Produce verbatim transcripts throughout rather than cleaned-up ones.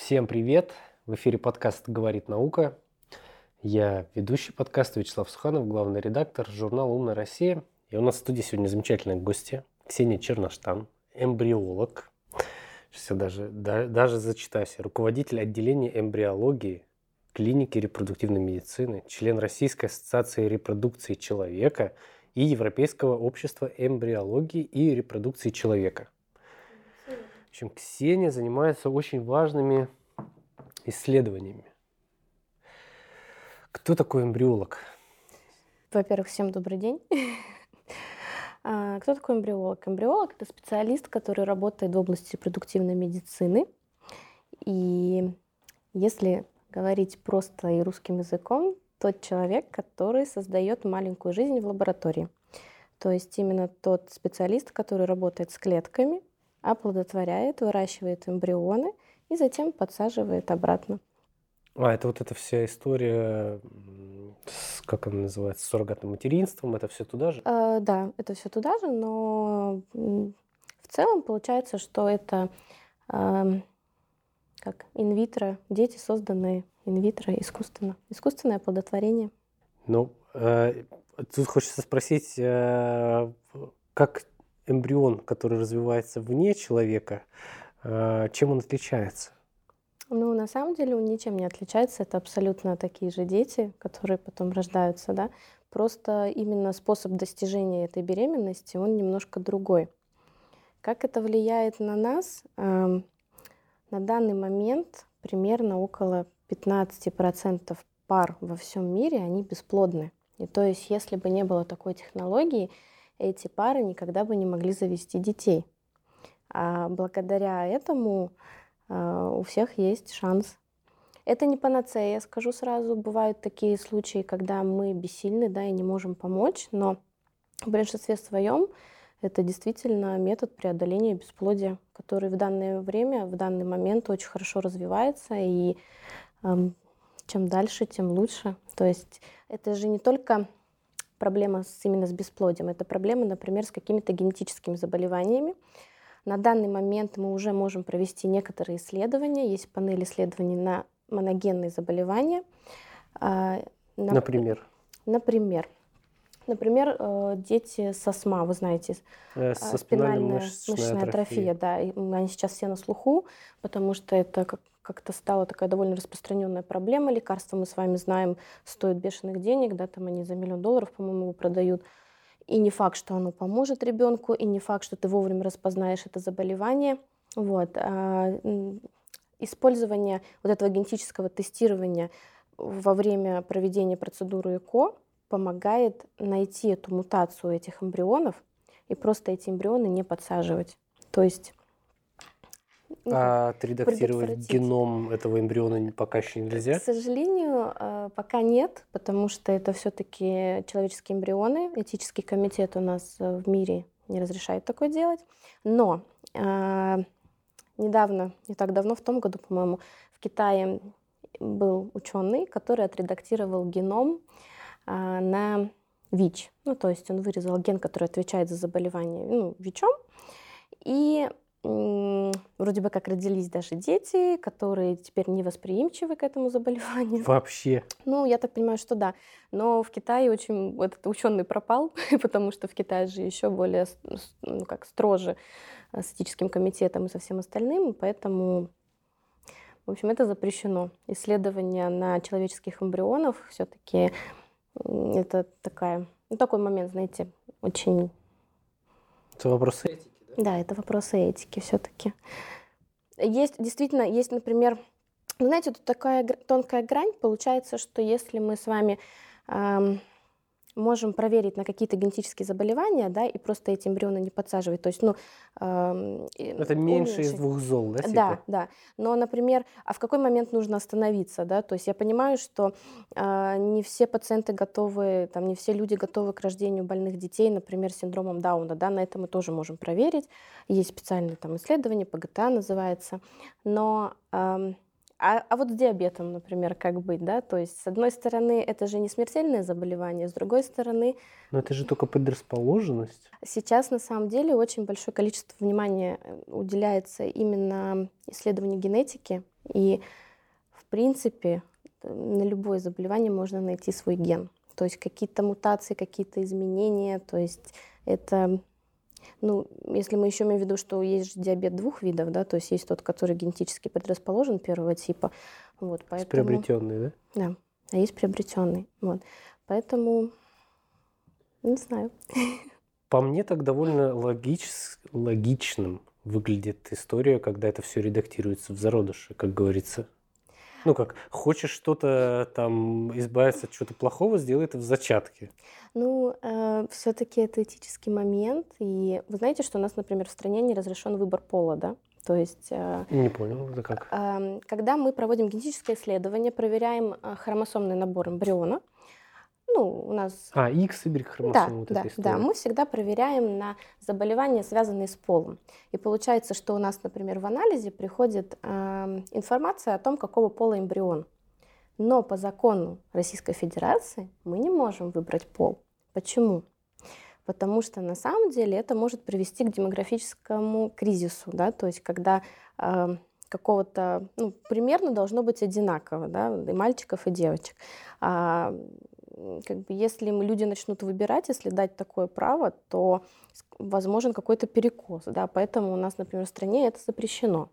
Всем привет! В эфире подкаст «Говорит наука». Я ведущий подкаста Вячеслав Суханов, главный редактор журнала «Умная Россия». И у нас в студии сегодня замечательная гостья Ксения Черноштан, эмбриолог. Сейчас я даже, да, даже зачитаю себе. Руководитель отделения эмбриологии клиники репродуктивной медицины, член Российской ассоциации репродукции человека и Европейского общества эмбриологии и репродукции человека. В общем, Ксения занимается очень важными исследованиями. Кто такой эмбриолог? Во-первых, всем добрый день. Кто такой эмбриолог? Эмбриолог – это специалист, который работает в области репродуктивной медицины. И если говорить просто и русским языком, тот человек, который создает маленькую жизнь в лаборатории. То есть именно тот специалист, который работает с клетками, оплодотворяет, выращивает эмбрионы и затем подсаживает обратно. А, это вот эта вся история, с, как она называется, с суррогатным материнством, это все туда же? Э, да, это все туда же, но в целом получается, что это э, как инвитро, дети, созданные инвитро искусственно. Искусственное оплодотворение. Ну, э, тут хочется спросить, э, как эмбрион, который развивается вне человека, э, чем он отличается? Ну, на самом деле он ничем не отличается. Это абсолютно такие же дети, которые потом рождаются, да. Просто именно способ достижения этой беременности, он немножко другой. Как это влияет на нас? Эм, на данный момент примерно около пятнадцать процентов пар во всем мире, они бесплодны. И то есть, если бы не было такой технологии, эти пары никогда бы не могли завести детей. А благодаря этому у всех есть шанс. Это не панацея, я скажу сразу. Бывают такие случаи, когда мы бессильны, да, и не можем помочь, но в большинстве своем это действительно метод преодоления бесплодия, который в данное время, в данный момент очень хорошо развивается, и эм, чем дальше, тем лучше. То есть это же не только проблема с, именно с бесплодием, это проблема, например, с какими-то генетическими заболеваниями. На данный момент мы уже можем провести некоторые исследования. Есть панель исследований на моногенные заболевания. Например? Например. Например, дети с астма, вы знаете, э, со спинальной мышечной атрофией. Да, они сейчас все на слуху, потому что это как как-то стала такая довольно распространенная проблема. Лекарства, мы с вами знаем, стоят бешеных денег, да, там они за миллион долларов, по-моему, его продают. И не факт, что оно поможет ребенку, и не факт, что ты вовремя распознаешь это заболевание. Вот. А, использование вот этого генетического тестирования во время проведения процедуры ЭКО помогает найти эту мутацию этих эмбрионов и просто эти эмбрионы не подсаживать. То есть А отредактировать геном этого эмбриона пока еще нельзя? К сожалению, пока нет, потому что это все-таки человеческие эмбрионы. Этический комитет у нас в мире не разрешает такое делать. Но э, недавно, не так давно, в том году, по-моему, в Китае был ученый, который отредактировал геном э, на ВИЧ. Ну, то есть он вырезал ген, который отвечает за заболевание, ну, ВИЧом. И вроде бы как родились даже дети, которые теперь невосприимчивы к этому заболеванию. Вообще? Ну, я так понимаю, что да. Но в Китае очень этот ученый пропал, потому что в Китае же еще более, ну, как строже с этическим комитетом и со всем остальным, поэтому, в общем, это запрещено. Исследования на человеческих эмбрионах все-таки это такая, ну, такой момент, знаете, очень... Это вопрос этики. Да, это вопросы этики все-таки. Есть, действительно, есть, например, знаете, тут такая тонкая грань. Получается, что если мы с вами эм, можем проверить на какие-то генетические заболевания, да, и просто эти эмбрионы не подсаживать, то есть, ну... Эм, это меньше уменьшить. Из двух зол, да? Типа? Да, да. Но, например, а в какой момент нужно остановиться, да? То есть я понимаю, что э, не все пациенты готовы, там, не все люди готовы к рождению больных детей, например, с синдромом Дауна, да, на это мы тоже можем проверить. Есть специальные там исследования, ПГТА называется. Но э, А, а вот с диабетом, например, как быть, да? То есть, с одной стороны, это же не смертельное заболевание, с другой стороны, Но это же только предрасположенность. сейчас на самом деле очень большое количество внимания э, уделяется именно исследованию генетики, и в принципе э, на любое заболевание можно найти свой ген. То есть какие-то мутации, какие-то изменения, то есть это, ну, если мы еще имеем в виду, что есть же диабет двух видов, да, то есть есть тот, который генетически предрасположен первого типа, вот, С поэтому, приобретенной, да? да, а есть приобретенный, вот, поэтому, не знаю. По мне так довольно логич- логичным выглядит история, когда это все редактируется в зародыше, как говорится. Ну как, хочешь что-то там избавиться от чего-то плохого, сделай это в зачатке. Ну, все-таки это этический момент, и вы знаете, что у нас, например, в стране не разрешен выбор пола, да? То есть, э, Не понял, это как? ам, когда мы проводим генетическое исследование, проверяем а, хромосомный набор эмбриона, ну, у нас, А, X, Y да, хромосома, вот да, эта да, история. мы всегда проверяем на заболевания, связанные с полом. И получается, что у нас, например, в анализе приходит ам, информация о том, какого пола эмбрион. Но по закону Российской Федерации мы не можем выбрать пол. Почему? Потому что на самом деле это может привести к демографическому кризису, да, то есть когда э, какого-то, ну, примерно должно быть одинаково, да, и мальчиков, и девочек. А, м, как бы если м- люди начнут выбирать, если дать такое право, то с- возможен какой-то перекос, да, поэтому у нас, например, в стране это запрещено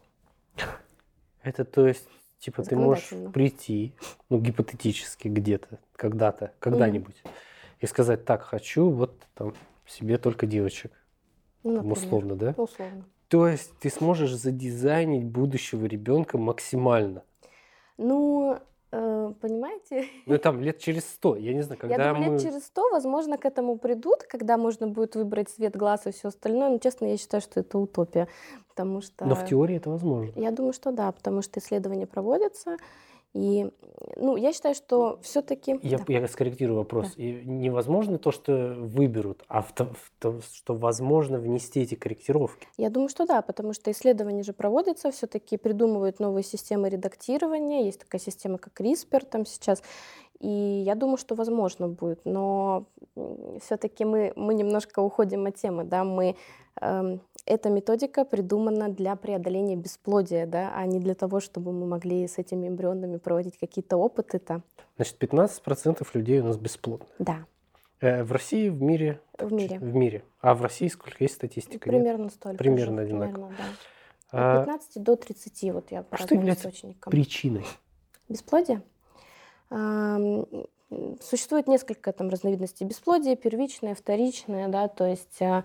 Это то есть, типа, ты можешь законодательно. прийти, ну, гипотетически где-то, когда-то, Мгм. когда-нибудь, и сказать, так, хочу вот там себе только девочек, Ну, там, например, условно, да? условно. То есть ты сможешь задизайнить будущего ребенка максимально. Ну, э, понимаете, Ну, и там лет через сто, я не знаю, я когда думаю, лет мы... через сто, возможно, к этому придут, когда можно будет выбрать цвет глаз и все остальное. Но, честно, я считаю, что это утопия, потому Но в что теории это возможно. я думаю, что да, потому что исследования проводятся. И, ну, я считаю, что все-таки, Я, да, я скорректирую да. вопрос. И невозможно то, что выберут, а в то, в то, что возможно внести эти корректировки. Я думаю, что да, потому что исследования же проводятся, все-таки придумывают новые системы редактирования. Есть такая система, как CRISPR там сейчас. И я думаю, что возможно будет. Но все-таки мы, мы немножко уходим от темы, да, мы, эм, эта методика придумана для преодоления бесплодия, да, а не для того, чтобы мы могли с этими эмбрионами проводить какие-то опыты-то. Значит, пятнадцать процентов людей у нас бесплодны. Да, Э, в России, в мире, в так, чуть- мире. в мире. А в России сколько есть статистика, нет? Примерно столько же. Примерно одинаково. Примерно, да. От А пятнадцати до тридцати, вот я по что разным является источникам. причиной? Бесплодие? Ам, м, Существует несколько там разновидностей бесплодия: первичное, вторичное, да, то есть, а,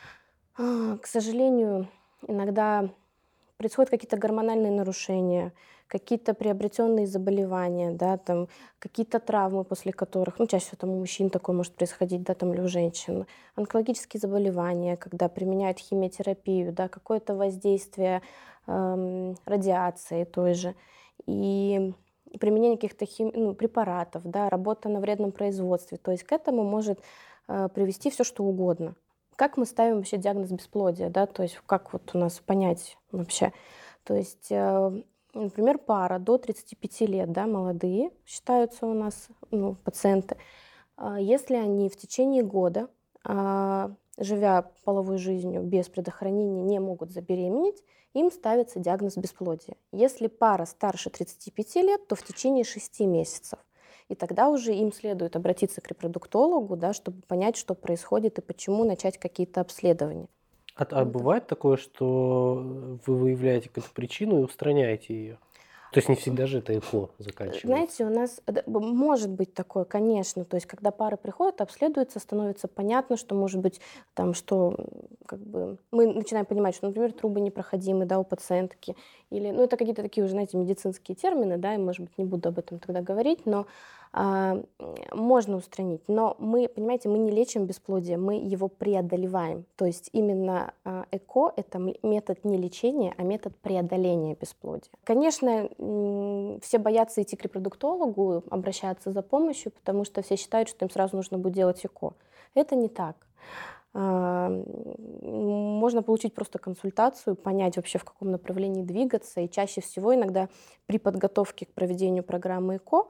а, к сожалению, иногда происходят какие-то гормональные нарушения, какие-то приобретенные заболевания, да, там какие-то травмы, после которых, ну, чаще всего там у мужчин такое может происходить, да, там или у женщин, онкологические заболевания, когда применяют химиотерапию, да, какое-то воздействие эм, радиации той же, и применение каких-то хим- ну, препаратов, да, работа на вредном производстве, то есть к этому может э, привести все что угодно. Как мы ставим вообще диагноз бесплодия, да, то есть как вот у нас понять вообще? То есть, э, например, пара до тридцати пяти лет, да, молодые считаются у нас, ну, пациенты. А, Если они в течение года, а, живя половой жизнью без предохранения, не могут забеременеть, им ставится диагноз бесплодия. Если пара старше тридцати пяти лет, то в течение шести месяцев. И тогда уже им следует обратиться к репродуктологу, да, чтобы понять, что происходит и почему, начать какие-то обследования. А, а Вот. бывает такое, что вы выявляете какую-то причину и устраняете ее? То есть не всегда же это ЭКО заканчивается. Знаете, у нас э, д- б- может быть такое, конечно. То есть, когда пары приходят, обследуются, становится понятно, что, может быть, там, что м, как бы мы начинаем понимать, что, например, трубы непроходимы, да, у пациентки. Или, ну, это какие-то такие уже, знаете, медицинские термины, да, и, может быть, не буду об этом тогда говорить, но а, м, можно устранить. Но мы, понимаете, мы не лечим бесплодие, мы его преодолеваем. То есть именно а, ЭКО — это м- метод не лечения, а метод преодоления бесплодия. Конечно, м, все боятся идти к репродуктологу, обращаться за помощью, потому что все считают, что им сразу нужно будет делать ЭКО. Это не так. Можно получить просто консультацию, понять вообще, в каком направлении двигаться. И чаще всего иногда при подготовке к проведению программы ЭКО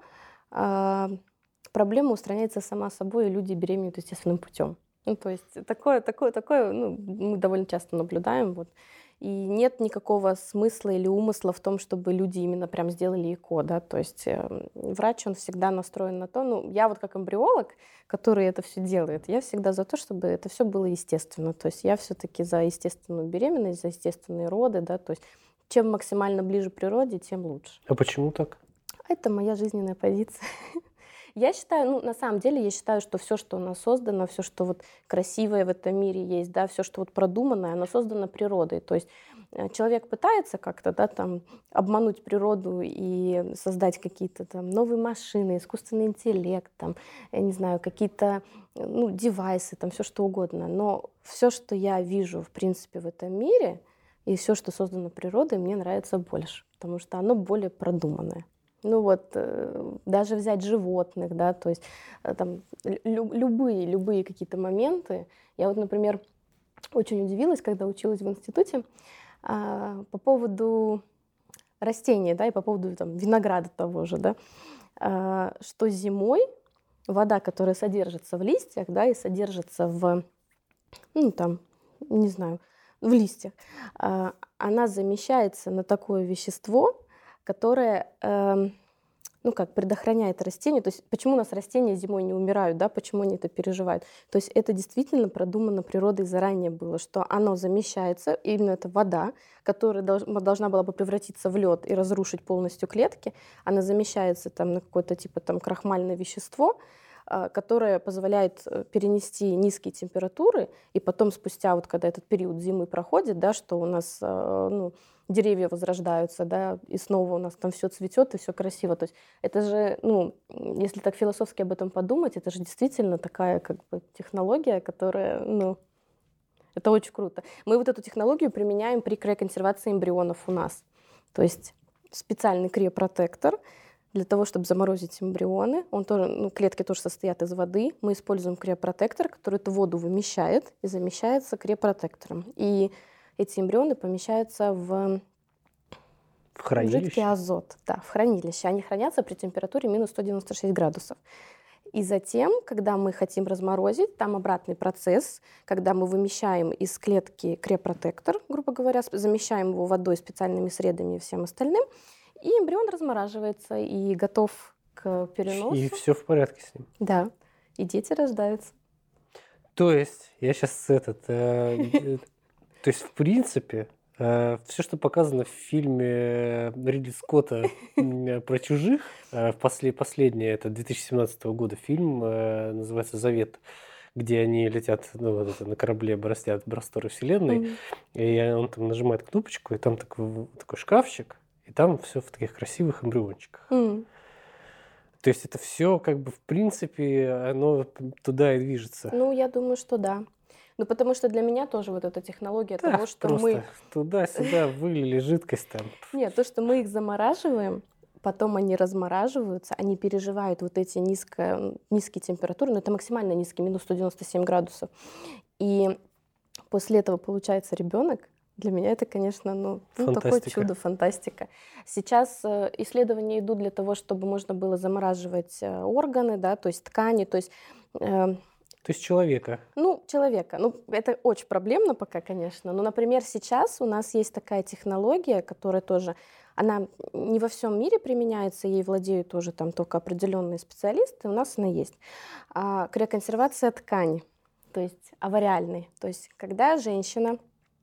проблема устраняется сама собой, и люди беременеют естественным путем. Ну, то есть такое, такое, такое ну, мы довольно часто наблюдаем. Вот. И нет никакого смысла или умысла в том, чтобы люди именно прям сделали ЭКО, да, то есть э, врач, он всегда настроен на то, ну, я вот как эмбриолог, который это все делает, я всегда за то, чтобы это все было естественно, то есть я все-таки за естественную беременность, за естественные роды, да, то есть чем максимально ближе к природе, тем лучше. А почему так? Это моя жизненная позиция. Я считаю, ну, на самом деле, я считаю, что все, что у нас создано, все, что вот красивое в этом мире есть, да, все, что вот продуманное, оно создано природой. То есть человек пытается как-то, да, там, обмануть природу и создать какие-то там новые машины, искусственный интеллект, там, я не знаю, какие-то, ну, девайсы, там, все что угодно. Но все, что я вижу, в принципе, в этом мире, и все, что создано природой, мне нравится больше, потому что оно более продуманное. Ну вот, э, даже взять животных, да, то есть э, там лю- любые, любые какие-то моменты. Я вот, например, очень удивилась, когда училась в институте, а, по поводу растений, да, и по поводу там винограда того же, да, а, что зимой вода, которая содержится в листьях, да, и содержится в, ну, там, не знаю, в листьях, а, она замещается на такое вещество, которое, эм, ну как, предохраняет растения. То есть почему у нас растения зимой не умирают, да, почему они это переживают? То есть это действительно продумано природой заранее было, что оно замещается, именно эта вода, которая долж- должна была бы превратиться в лед и разрушить полностью клетки, она замещается там на какое-то типа там крахмальное вещество, а, которое позволяет э, перенести низкие температуры, и потом спустя, вот когда этот период зимы проходит, да, что у нас э, ну, деревья возрождаются, да, и снова у нас там все цветет и все красиво. То есть это же, ну, если так философски об этом подумать, это же действительно такая как бы технология, которая, ну, это очень круто. Мы вот эту технологию применяем при криоконсервации эмбрионов у нас. То есть специальный криопротектор для того, чтобы заморозить эмбрионы. Он тоже, ну, клетки тоже состоят из воды. Мы используем криопротектор, который эту воду вымещает и замещается криопротектором. И эти эмбрионы помещаются в, В в хранилище? жидкий азот, да, в хранилище. Они хранятся при температуре минус сто девяносто шесть градусов. И затем, когда мы хотим разморозить, там обратный процесс, когда мы вымещаем из клетки криопротектор, грубо говоря, замещаем его водой, специальными средами и всем остальным, и эмбрион размораживается и готов к переносу. И все в порядке с ним. Да, и дети рождаются. То есть, я сейчас этот... э, э, то есть, в принципе, все, что показано в фильме Ридли Скотта м, про чужих, э, в после, последний, это две тысячи семнадцатого года фильм, э, называется «Завет», где они летят, ну, вот это, на корабле бороздят просторы Вселенной, Мгм. и он там нажимает кнопочку, и там такой, такой шкафчик, и там все в таких красивых эмбриончиках. М. То есть это все как бы в принципе оно туда и движется. Ну, я думаю, что да. Ну, потому что для меня тоже вот эта технология Да, того, что мы... просто туда-сюда вылили жидкость там. Нет, то, что мы их замораживаем, потом они размораживаются, они переживают вот эти низко, низкие температуры, но это максимально низкие, минус сто девяносто семь градусов. И после этого получается ребенок. Для меня это, конечно, ну, ну такое Фантастика. чудо, фантастика. Сейчас э, исследования идут для того, чтобы можно было замораживать э, органы, да, то есть ткани, то есть э, То есть человека. ну, человека. Ну, это очень проблемно пока, конечно. Но, например, сейчас у нас есть такая технология, которая тоже, она не во всем мире применяется, ей владеют тоже там только определенные специалисты, у нас она есть. А, криоконсервация ткани, то есть авариальной. То есть когда женщина,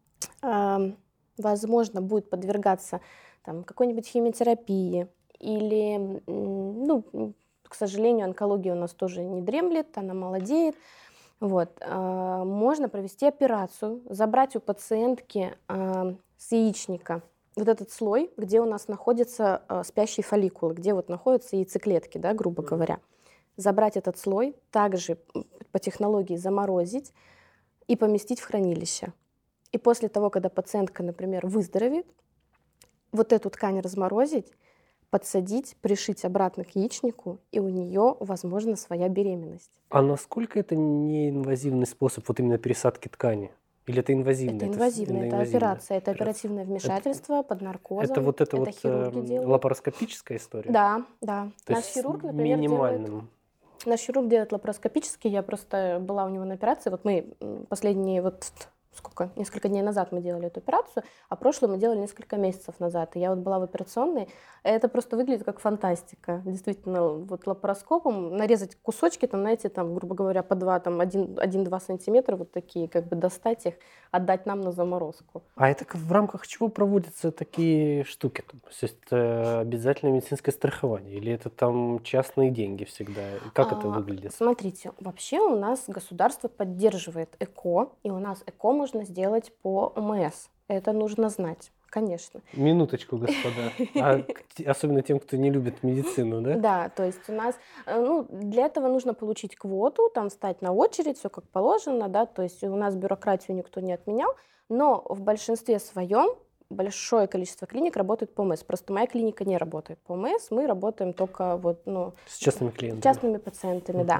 а, возможно, будет подвергаться там, какой-нибудь химиотерапии или, м, ну, к сожалению, онкология у нас тоже не дремлет, она молодеет. Вот, а, можно провести операцию, забрать у пациентки а, с яичника вот этот слой, где у нас находятся а, спящие фолликулы, где вот находятся яйцеклетки, да, грубо Мгм. говоря. Забрать этот слой, также м, по технологии заморозить и поместить в хранилище. И после того, когда пациентка, например, выздоровеет, вот эту ткань разморозить, подсадить, пришить обратно к яичнику, и у нее, возможно, своя беременность. А насколько это неинвазивный способ вот именно пересадки ткани? Или это инвазивно? Это инвазивно, это инвазивно? операция, это оперативное вмешательство под наркозом. Это вот это, это вот хирурги э, делают. лапароскопическая история? Да, да. То Наш есть хирург, с например, минимальным. делает... Наш хирург делает лапароскопический. Я просто была у него на операции. Вот мы м, последние вот сколько, несколько дней назад мы делали эту операцию, а прошлую мы делали несколько месяцев назад. И я вот была в операционной. Это просто выглядит как фантастика. Действительно, вот лапароскопом нарезать кусочки, там, знаете, там, грубо говоря, по два, там, один-два сантиметра, вот такие, как бы достать их, отдать нам на заморозку. А это в рамках чего проводятся такие штуки? То есть это обязательно медицинское страхование? Или это там частные деньги всегда? Как А, это выглядит? Смотрите, вообще у нас государство поддерживает ЭКО, и у нас ЭКО можно сделать по ОМС. Это нужно знать, конечно. Минуточку, господа. А особенно тем, кто не любит медицину, да? Да, то есть у нас, э, ну, для этого нужно получить квоту, там встать на очередь, все как положено, да, то есть у нас бюрократию никто не отменял, но в большинстве своем большое количество клиник работает по ОМС. Просто моя клиника не работает по ОМС, мы работаем только вот, ну, С частными клиентами. с частными пациентами, да.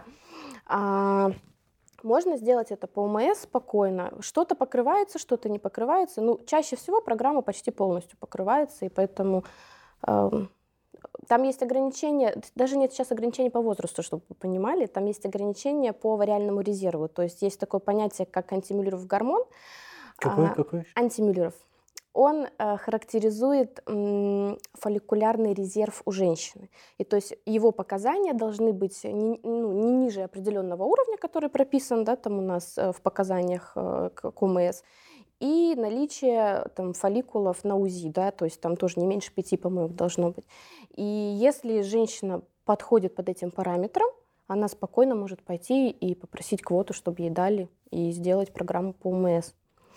А, можно сделать это по ОМС спокойно. Что-то покрывается, что-то не покрывается. Ну, чаще всего программа почти полностью покрывается, и поэтому э, там есть ограничения, даже нет сейчас ограничений по возрасту, чтобы вы понимали, там есть ограничения по вариальному резерву. То есть есть такое понятие, как антимюллеров гормон. Какой, а, какой? Антимюллеров. Он э, характеризует м, фолликулярный резерв у женщины. И то есть его показания должны быть не, ну, не ниже определенного уровня, который прописан, да, там у нас э, в показаниях э, к к ОМС, и наличие там, фолликулов на УЗИ, да, то есть там тоже не меньше пяти, по-моему, должно быть. И если женщина подходит под этим параметрам, она спокойно может пойти и попросить квоту, чтобы ей дали, и сделать программу по ОМС.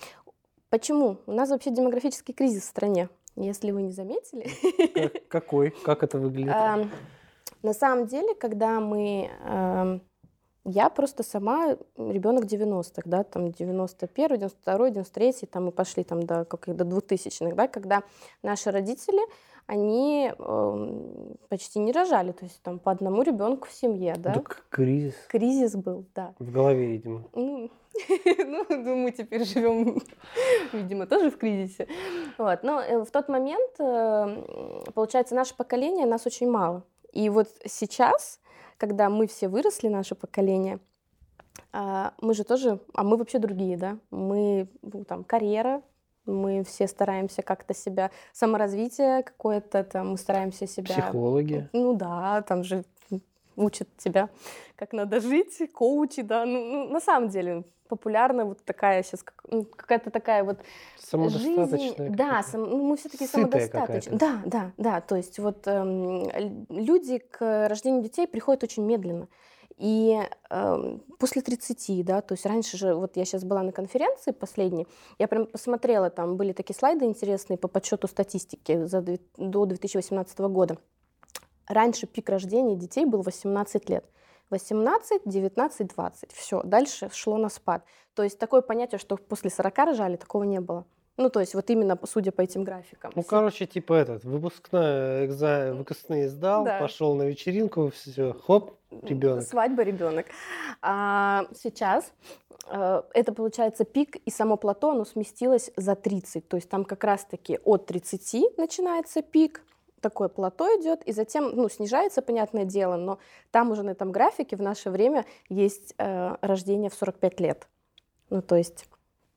Почему? У нас вообще демографический кризис в стране, если вы не заметили. Как- Какой? Как это выглядит? Эм, На самом деле, когда мы... эм, Я просто сама ребенок девяностых, да, там девяносто первый, девяносто второй, девяносто третий, там мы пошли там до, как, до двухтысячных, да, когда наши родители, они эм, почти не рожали, то есть там по одному ребенку в семье, да. Так кризис Кризис был, да. в голове, видимо. Ну, ну, ну, мы теперь живем, видимо, тоже в кризисе. Вот. Но э, в тот момент, э, получается, наше поколение, нас очень мало. И вот сейчас, когда мы все выросли, наше поколение, а, мы же тоже, а мы вообще другие, да? Мы, ну, там, карьера, мы все стараемся как-то себя, саморазвитие какое-то, там, мы стараемся себя... Психологи. Ну да, там же учат тебя, как надо жить, коучи, да. Ну, ну, на самом деле популярна вот такая сейчас какая-то такая вот Самодостаточная. жизнь. Да, какая-то. сам, ну, мы все-таки Сытая самодостаточны. какая-то. Да, да, да. То есть вот эм, л- люди к рождению детей приходят очень медленно. И эм, после тридцати, да, то есть раньше же, вот я сейчас была на конференции последней, я прям посмотрела, там были такие слайды интересные по подсчету статистики за, две- до две тысячи восемнадцатого года. Раньше пик рождения детей был восемнадцать лет. восемнадцать, девятнадцать, двадцать. Все, дальше шло на спад. То есть такое понятие, что после сорока рожали, такого не было. Ну, то есть вот именно судя по этим графикам. Ну, короче, типа этот, выпускной экза... выпускные сдал, Да. пошел на вечеринку, все, хоп, ребенок. Свадьба, ребенок. А сейчас э, это получается пик, и само плато, оно сместилось за тридцать. То есть там как раз-таки от тридцати начинается пик, такое плато идет, и затем, ну, снижается, понятное дело, но там уже на этом графике в наше время есть э, рождение в сорок пять лет. Ну, то есть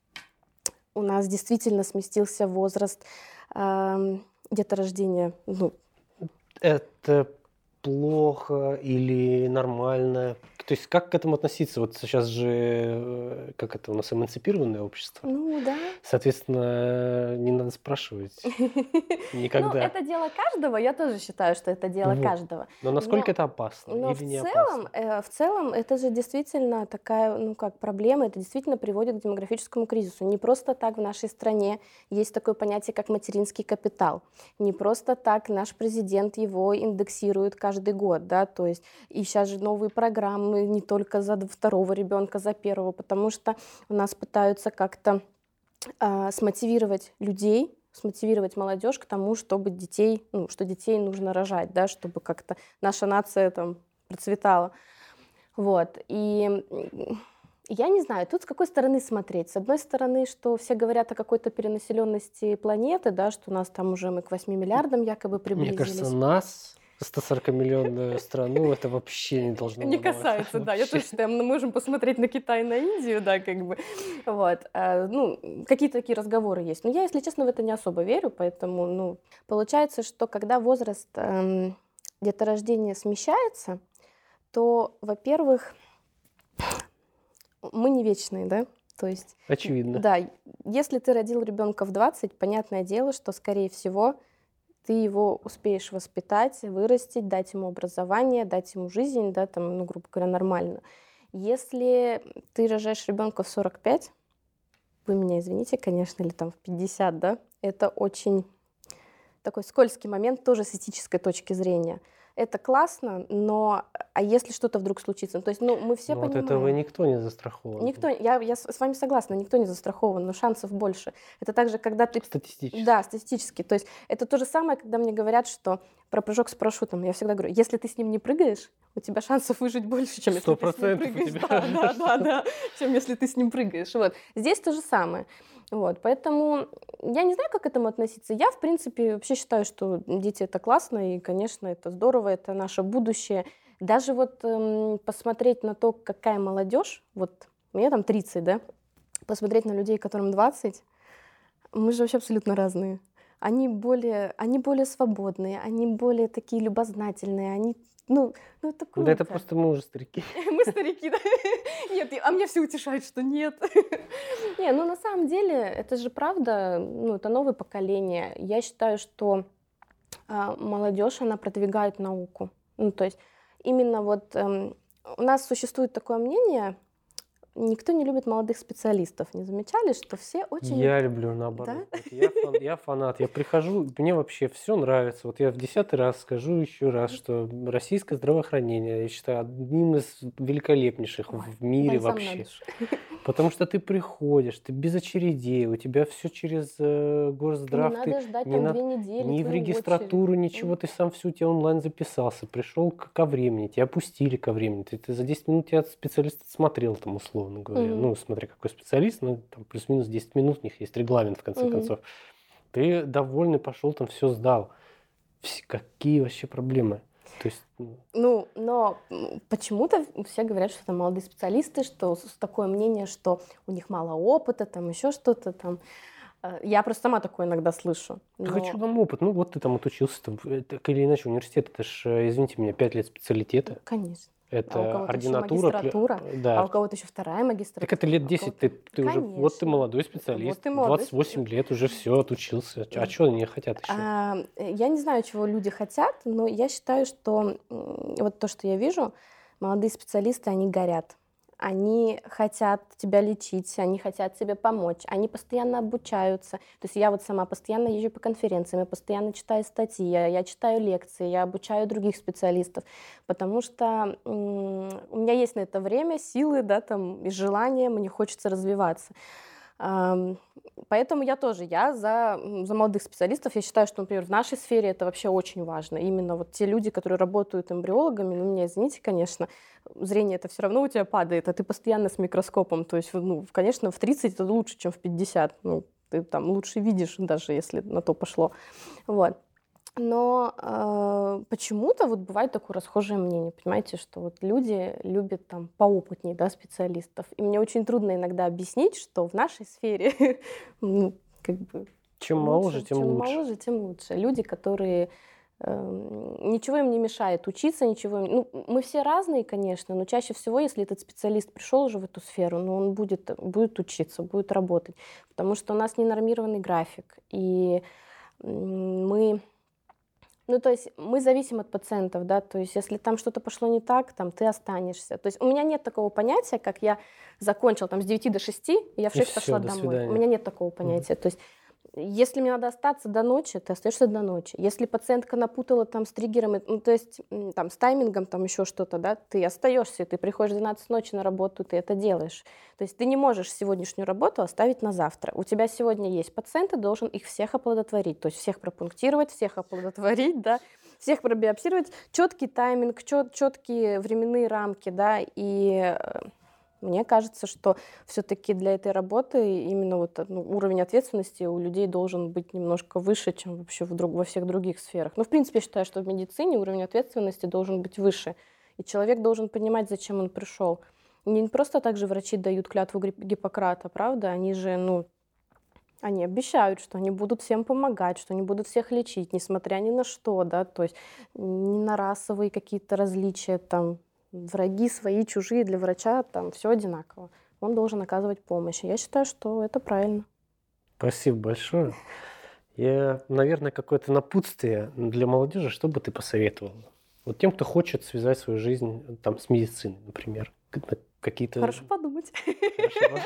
у нас действительно сместился возраст э, где-то рождения, ну, Это плохо или нормально? То есть как к этому относиться? Вот сейчас же, э, как это у нас, эмансипированное общество. ну да. Соответственно, не надо спрашивать Ну, никогда. это дело каждого, я тоже считаю, что это дело Вот. каждого. Но насколько Но- это опасно Но или в не целом, опасно? э, в целом это же действительно такая, ну как, проблема, это действительно приводит к демографическому кризису. Не просто так в нашей стране есть такое понятие, как материнский капитал. Не просто так наш президент его индексирует каждый год, да, то есть и сейчас же новые программы не только за второго ребенка, за первого, потому что у нас пытаются как-то а, смотивировать людей смотивировать молодежь к тому, чтобы детей, ну, что детей нужно рожать, да, чтобы как-то наша нация там процветала. Вот. И я не знаю, тут с какой стороны смотреть. С одной стороны, что все говорят о какой-то перенаселенности планеты, да, что у нас там уже мы к восьми миллиардам якобы приблизились. Мне кажется, нас, сто сорокамиллионную страну, это вообще не должно Не волновать. касается, да. Я тоже считаю, мы можем посмотреть на Китай, на Индию, да, как бы. Вот. А, ну, какие-то такие разговоры есть. Но я, если честно, в это не особо верю, поэтому, ну, получается, что когда возраст эм, деторождения смещается, то, во-первых, мы не вечные, да? То есть, Очевидно. да, если ты родил ребенка в двадцать, понятное дело, что, скорее всего, ты его успеешь воспитать, вырастить, дать ему образование, дать ему жизнь, да, там, ну, грубо говоря, нормально. Если ты рожаешь ребенка в сорок пять, вы меня извините, конечно, или там в пятьдесят, да, это очень такой скользкий момент тоже с этической точки зрения. Это классно, но а если что-то вдруг случится? То есть, ну, мы все Но понимаем. от этого никто не застрахован. Никто, я, я с с вами согласна, никто не застрахован, но шансов больше. Это также, когда ты... Статистически. Да, статистически. То есть это то же самое, когда мне говорят, что про прыжок с парашютом. Я всегда говорю, если ты с ним не прыгаешь, у тебя шансов выжить больше, чем если ты с ним прыгаешь. у тебя. Да, да, да, да, чем если ты с ним прыгаешь. Вот. Здесь то же самое. Вот. Поэтому я не знаю, как к этому относиться. Я, в принципе, вообще считаю, что дети — это классно, и, конечно, это здорово, это наше будущее. Даже вот эм, посмотреть на то, какая молодежь, вот мне там тридцать, да, посмотреть на людей, которым двадцать, мы же вообще абсолютно разные. Они более, они более свободные, они более такие любознательные, они, ну, ну это круто. Да это просто мы уже старики. Мы старики, да? Нет, а меня все утешают, что нет. Не, ну на самом деле, это же правда, ну это новое поколение. Я считаю, что а, молодежь, она продвигает науку. Ну то есть именно вот эм, у нас существует такое мнение, никто не любит молодых специалистов. Не замечали, что все очень... Я люблю наоборот. Да? Вот я, фан, я фанат. Я прихожу, мне вообще все нравится. Вот я в десятый раз скажу еще раз, что российское здравоохранение, я считаю, одним из великолепнейших Ой, в мире бальзам на вообще. душу. Потому что ты приходишь, ты без очередей, у тебя все через э, Горздрав. Не ты надо ждать не там на- две недели. ни в твою регистратуру, очередь. ничего, ты сам все, у тебя онлайн записался, пришел к- ко времени, тебя пустили ко времени, ты, ты за десять минут тебя специалист отсмотрел, там, условно говоря. Мгм. Ну, смотря какой специалист, ну, там, плюс-минус десять минут, у них есть регламент, в конце Мгм. концов. Ты довольный, пошел там, все сдал. Вс- Какие вообще проблемы? То есть, ну, Ну, но м, почему-то все говорят, что это молодые специалисты, что с- такое мнение, что у них мало опыта, там еще что-то там. Э, Я просто сама такое иногда слышу. так Но, а что там опыт? Ну, вот ты там отучился, там, э, так или иначе, университет, это ж, э, извините меня, пять лет специалитета. конечно. А у Это кого-то еще ординатура, плю- магистратура, э, а у да. кого-то еще вторая магистратура. Так это лет а у десять, ты, кого-то- ты уже, вот ты Конечно. молодой специалист, Вот ты молодой двадцать восемь лет уже все, отучился. А что они хотят еще? А, э, Я не знаю, чего люди хотят, но я считаю, что м, вот то, что я вижу, молодые специалисты, они горят. Они хотят тебя лечить, они хотят тебе помочь, они постоянно обучаются. То есть я вот сама постоянно езжу по конференциям, я постоянно читаю статьи, я, я читаю лекции, я обучаю других специалистов, потому что м, у меня есть на это время, силы, да, там, и желание, мне хочется развиваться. Ам, Поэтому я тоже, я за, м, за молодых специалистов. Я считаю, что, например, в нашей сфере это вообще очень важно. Именно вот те люди, которые работают эмбриологами, ну, меня извините, конечно, зрение это все равно у тебя падает, а ты постоянно с микроскопом. То есть, ну, конечно, в тридцать это лучше, чем в пятьдесят. Ну, ты там лучше видишь, даже если на то пошло. Вот. Но э, почему-то вот бывает такое расхожее мнение, понимаете, что вот люди любят там поопытнее, да, специалистов. И мне очень трудно иногда объяснить, что в нашей сфере, ну, как бы Чем лучше, моложе, тем чем лучше. моложе, тем лучше. Люди, которые э, ничего им не мешает учиться, ничего им... Ну, мы все разные, конечно, но чаще всего, если этот специалист пришел уже в эту сферу, ну, он будет, будет учиться, будет работать, потому что у нас ненормированный график, и м, мы... Ну, то есть мы зависим от пациентов, да, то есть если там что-то пошло не так, там ты останешься. То есть у меня нет такого понятия, как я закончил там с девяти до шести, и я в И шесть всё, пошла до домой. свидания. У меня нет такого понятия. То есть Если мне надо остаться до ночи, ты остаешься до ночи. Если пациентка напутала там с триггерами, ну, то есть м, там с таймингом, там еще что-то, да, ты остаешься, ты приходишь в двенадцать ночи на работу, ты это делаешь. То есть ты не можешь сегодняшнюю работу оставить на завтра. У тебя сегодня есть пациенты, должен их всех оплодотворить, то есть всех пропунктировать, всех оплодотворить, да, всех пробиопсировать, четкий тайминг, чет, четкие временные рамки, да, и э, мне кажется, что все-таки для этой работы именно вот, ну, уровень ответственности у людей должен быть немножко выше, чем вообще в друг, во всех других сферах. Ну, в принципе, я считаю, что в медицине уровень ответственности должен быть выше. И человек должен понимать, зачем он пришел. Не просто так же врачи дают клятву Гиппократа, правда? Они же, ну, они обещают, что они будут всем помогать, что они будут всех лечить, несмотря ни на что, да, то есть ни на расовые какие-то различия, там, враги свои, чужие, для врача там все одинаково. Он должен оказывать помощь. Я считаю, что это правильно. Спасибо большое. Я, наверное, какое-то напутствие для молодежи, что бы ты посоветовала? Вот тем, кто хочет связать свою жизнь там, с медициной, например. Какие-то... Хорошо подумать. Хорошо.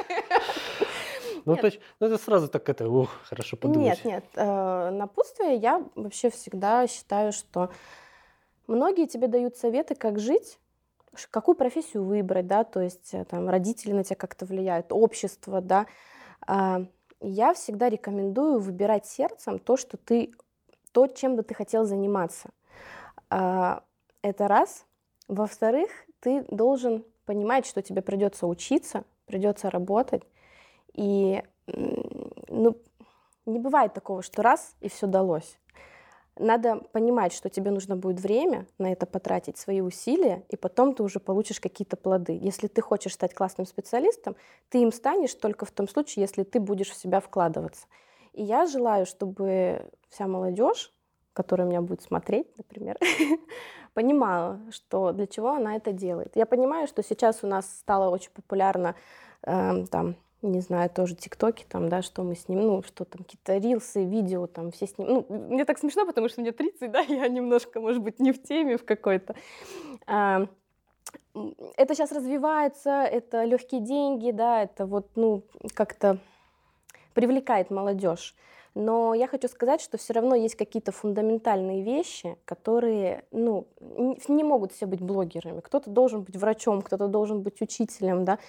Ну, то есть, ну, это сразу так это, ух, хорошо подумать. Нет, нет. Э, напутствие я вообще всегда считаю, что многие тебе дают советы, как жить, какую профессию выбрать, да, то есть там родители на тебя как-то влияют, общество, да. А, я всегда рекомендую выбирать сердцем то, что ты, то, чем бы ты хотел заниматься. А, это раз. Во-вторых, ты должен понимать, что тебе придется учиться, придется работать. И ну, не бывает такого, что раз и все далось. Надо понимать, что тебе нужно будет время на это потратить, свои усилия, и потом ты уже получишь какие-то плоды. Если ты хочешь стать классным специалистом, ты им станешь только в том случае, если ты будешь в себя вкладываться. И я желаю, чтобы вся молодежь, которая меня будет смотреть, например, понимала, что для чего она это делает. Я понимаю, что сейчас у нас стало очень популярно э, там, не знаю, тоже тиктоки, там, да, что мы снимем, ну, что там, какие-то рилсы, видео, там, все снимают. Ну, мне так смешно, потому что мне тридцать, да, я немножко, может быть, не в теме в какой-то. А, это сейчас развивается, это легкие деньги, да, это вот, ну, как-то привлекает молодежь. Но я хочу сказать, что все равно есть какие-то фундаментальные вещи, которые, ну, не могут все быть блогерами. Кто-то должен быть врачом, кто-то должен быть учителем, да.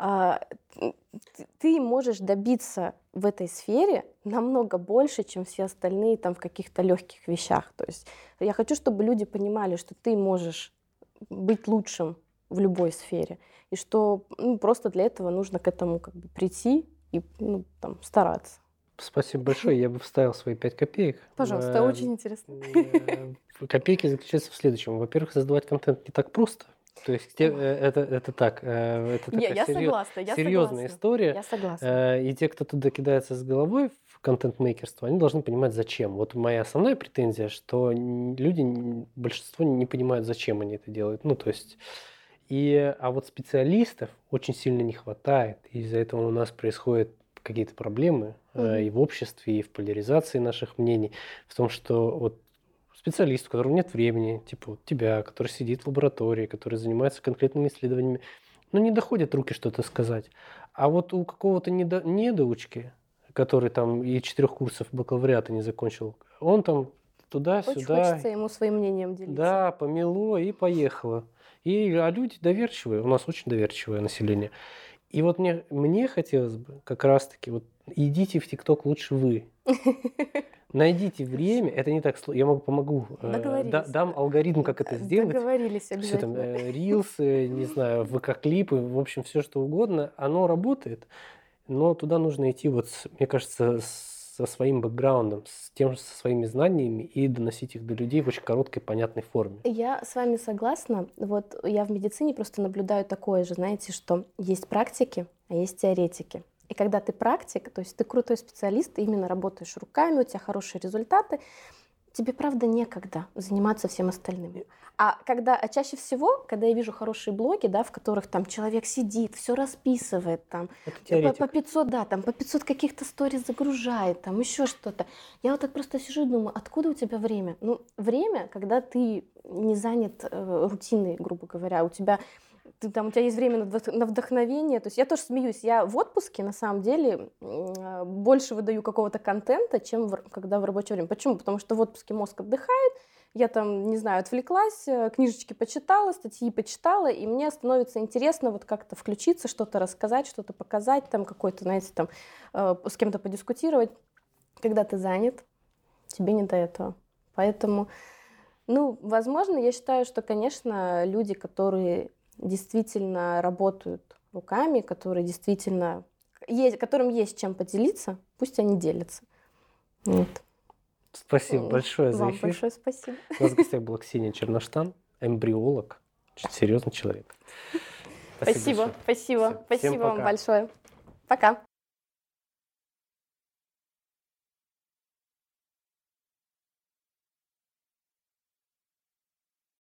Ты можешь добиться в этой сфере намного больше, чем все остальные там в каких-то легких вещах. То есть я хочу, чтобы люди понимали, что ты можешь быть лучшим в любой сфере, и что, ну, просто для этого нужно к этому как бы прийти и, ну, там, стараться. Спасибо большое. Я бы вставил свои пять копеек. Пожалуйста, Э, очень интересно. э, Копейки заключаются в следующем. Во-первых, создавать контент не так просто. То есть те- э, это, это так, э, это Я, такая я серьё- согласна, я серьезная согласна. история. Я согласна. Э, И те, кто туда кидается с головой в контент-мейкерство, они должны понимать, зачем. Вот моя основная претензия, что н- люди, н- большинство не понимают, зачем они это делают. Ну, то есть, и, а вот специалистов очень сильно не хватает. Из-за этого у нас происходят какие-то проблемы э, и Мгм. в обществе, и в поляризации наших мнений. В том, что вот специалист, у которого нет времени, типа вот тебя, который сидит в лаборатории, который занимается конкретными исследованиями, ну, не доходят руки что-то сказать. А вот у какого-то недо, недоучки, который там и четырех курсов бакалавриата не закончил, он там Очень туда-сюда, хочется ему своим мнением делиться. да, помело и поехало. И, а люди доверчивые, у нас очень доверчивое население. И вот мне, мне хотелось бы как раз-таки, вот идите в ТикТок лучше вы. Найдите время, это не так сложно, я могу помогу, э, да- Договорились. дам алгоритм, как это сделать. Договорились Все там, обязательно. э, рилсы, не знаю, ВК-клипы, в общем, все что угодно, оно работает, но туда нужно идти вот, с- мне кажется, со своим бэкграундом, с тем, со своими знаниями и доносить их до людей в очень короткой, понятной форме. Я с вами согласна. Вот я в медицине просто наблюдаю такое же, знаете, что есть практики, а есть теоретики. И когда ты практик, то есть ты крутой специалист, ты именно работаешь руками, у тебя хорошие результаты, тебе, правда, некогда заниматься всем остальным. А когда, а чаще всего, когда я вижу хорошие блоги, да, в которых там человек сидит, все расписывает, там Это по, теоретик. по пятьсот, да, там по пятьсот каких-то сториз загружает, там еще что-то. Я вот так просто сижу и думаю, откуда у тебя время? Ну, время, когда ты не занят э, рутиной, грубо говоря, у тебя ты там, у тебя есть время на вдох- на вдохновение. То есть я тоже смеюсь. Я в отпуске, на самом деле, м, больше выдаю какого-то контента, чем в р- когда в рабочее время. Почему? Потому что в отпуске мозг отдыхает, я там, не знаю, отвлеклась, э, книжечки почитала, статьи почитала, и мне становится интересно вот как-то включиться, что-то рассказать, что-то показать, там какой-то, знаете, там э, с кем-то подискутировать. Когда ты занят, тебе не до этого. Поэтому, ну, возможно, я считаю, что, конечно, люди, которые действительно работают руками, которые действительно есть, которым есть чем поделиться, пусть они делятся. Вот. Спасибо большое за Вам эфир. большое спасибо. У нас в гостях была Ксения Черноштан, эмбриолог, очень серьезный человек. Спасибо, большое. спасибо, Всё, всем спасибо вам пока. большое. Пока.